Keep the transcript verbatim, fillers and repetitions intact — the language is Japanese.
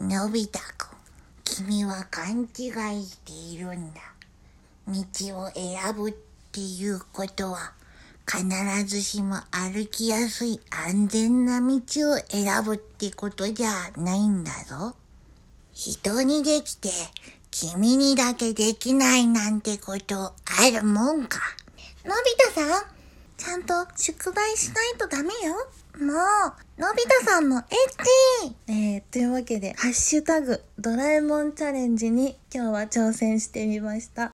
のび太くん、君は勘違いしているんだ。道を選ぶっていうことは、必ずしも歩きやすい安全な道を選ぶってことじゃないんだぞ。人にできて、君にだけできないなんてことあるもんか。 のび太さん、ちゃんと宿題しないとダメよ。もう、のび太さんのエッチえー、というわけで、ハッシュタグ、ドラえもんチャレンジに今日は挑戦してみました。